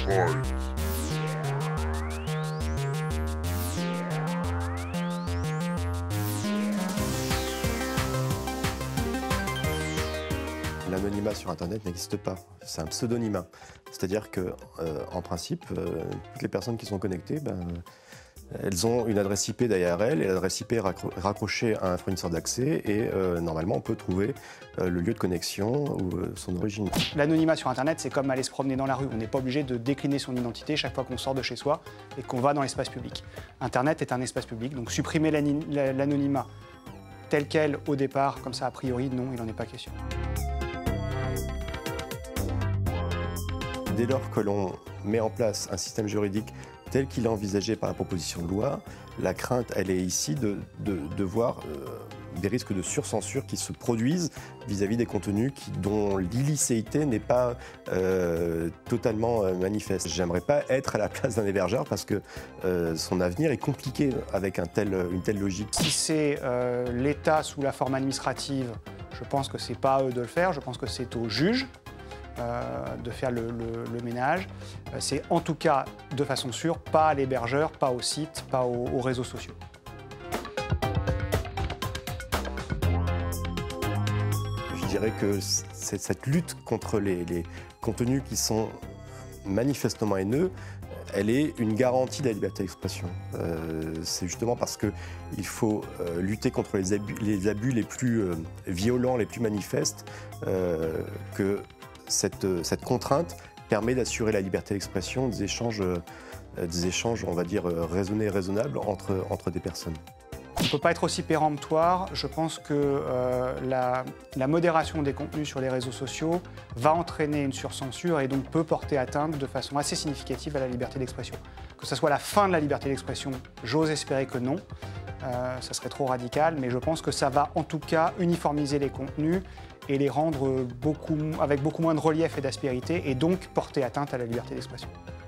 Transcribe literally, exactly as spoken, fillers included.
L'anonymat sur Internet n'existe pas, c'est un pseudonymat. C'est-à-dire que, euh, en principe, euh, toutes les personnes qui sont connectées, ben, elles ont une adresse I P derrière elles, et l'adresse I P est raccro raccrochée à un fournisseur d'accès, et euh, normalement on peut trouver euh, le lieu de connexion ou euh, son origine. L'anonymat sur Internet, c'est comme aller se promener dans la rue. On n'est pas obligé de décliner son identité chaque fois qu'on sort de chez soi et qu'on va dans l'espace public. Internet est un espace public, donc supprimer l'anonymat tel quel au départ, comme ça a priori, non, il n'en est pas question. Dès lors que l'on met en place un système juridique tel qu'il est envisagé par la proposition de loi, la crainte, elle est ici de, de, de voir euh, des risques de surcensure qui se produisent vis-à-vis des contenus qui, dont l'illicéité n'est pas euh, totalement euh, manifeste. J'aimerais pas être à la place d'un hébergeur parce que euh, son avenir est compliqué avec un tel, une telle logique. Si c'est euh, l'État sous la forme administrative, je pense que c'est pas à eux de le faire, je pense que c'est aux juges. Euh, de faire le, le, le ménage. Euh, c'est en tout cas, de façon sûre, pas à l'hébergeur, pas au site, pas aux, aux réseaux sociaux. Je dirais que cette lutte contre les, les contenus qui sont manifestement haineux, elle est une garantie de la liberté d'expression. Euh, c'est justement parce qu'il faut euh, lutter contre les abus les, abus les plus euh, violents, les plus manifestes, euh, que Cette, cette contrainte permet d'assurer la liberté d'expression, des échanges, euh, des échanges, on va dire, raisonnés et raisonnables entre, entre des personnes. On ne peut pas être aussi péremptoire. Je pense que euh, la, la modération des contenus sur les réseaux sociaux va entraîner une surcensure et donc peut porter atteinte de façon assez significative à la liberté d'expression. Que ce soit la fin de la liberté d'expression, j'ose espérer que non. Euh, ça serait trop radical, mais je pense que ça va en tout cas uniformiser les contenus et les rendre beaucoup, avec beaucoup moins de relief et d'aspérité, et donc porter atteinte à la liberté d'expression.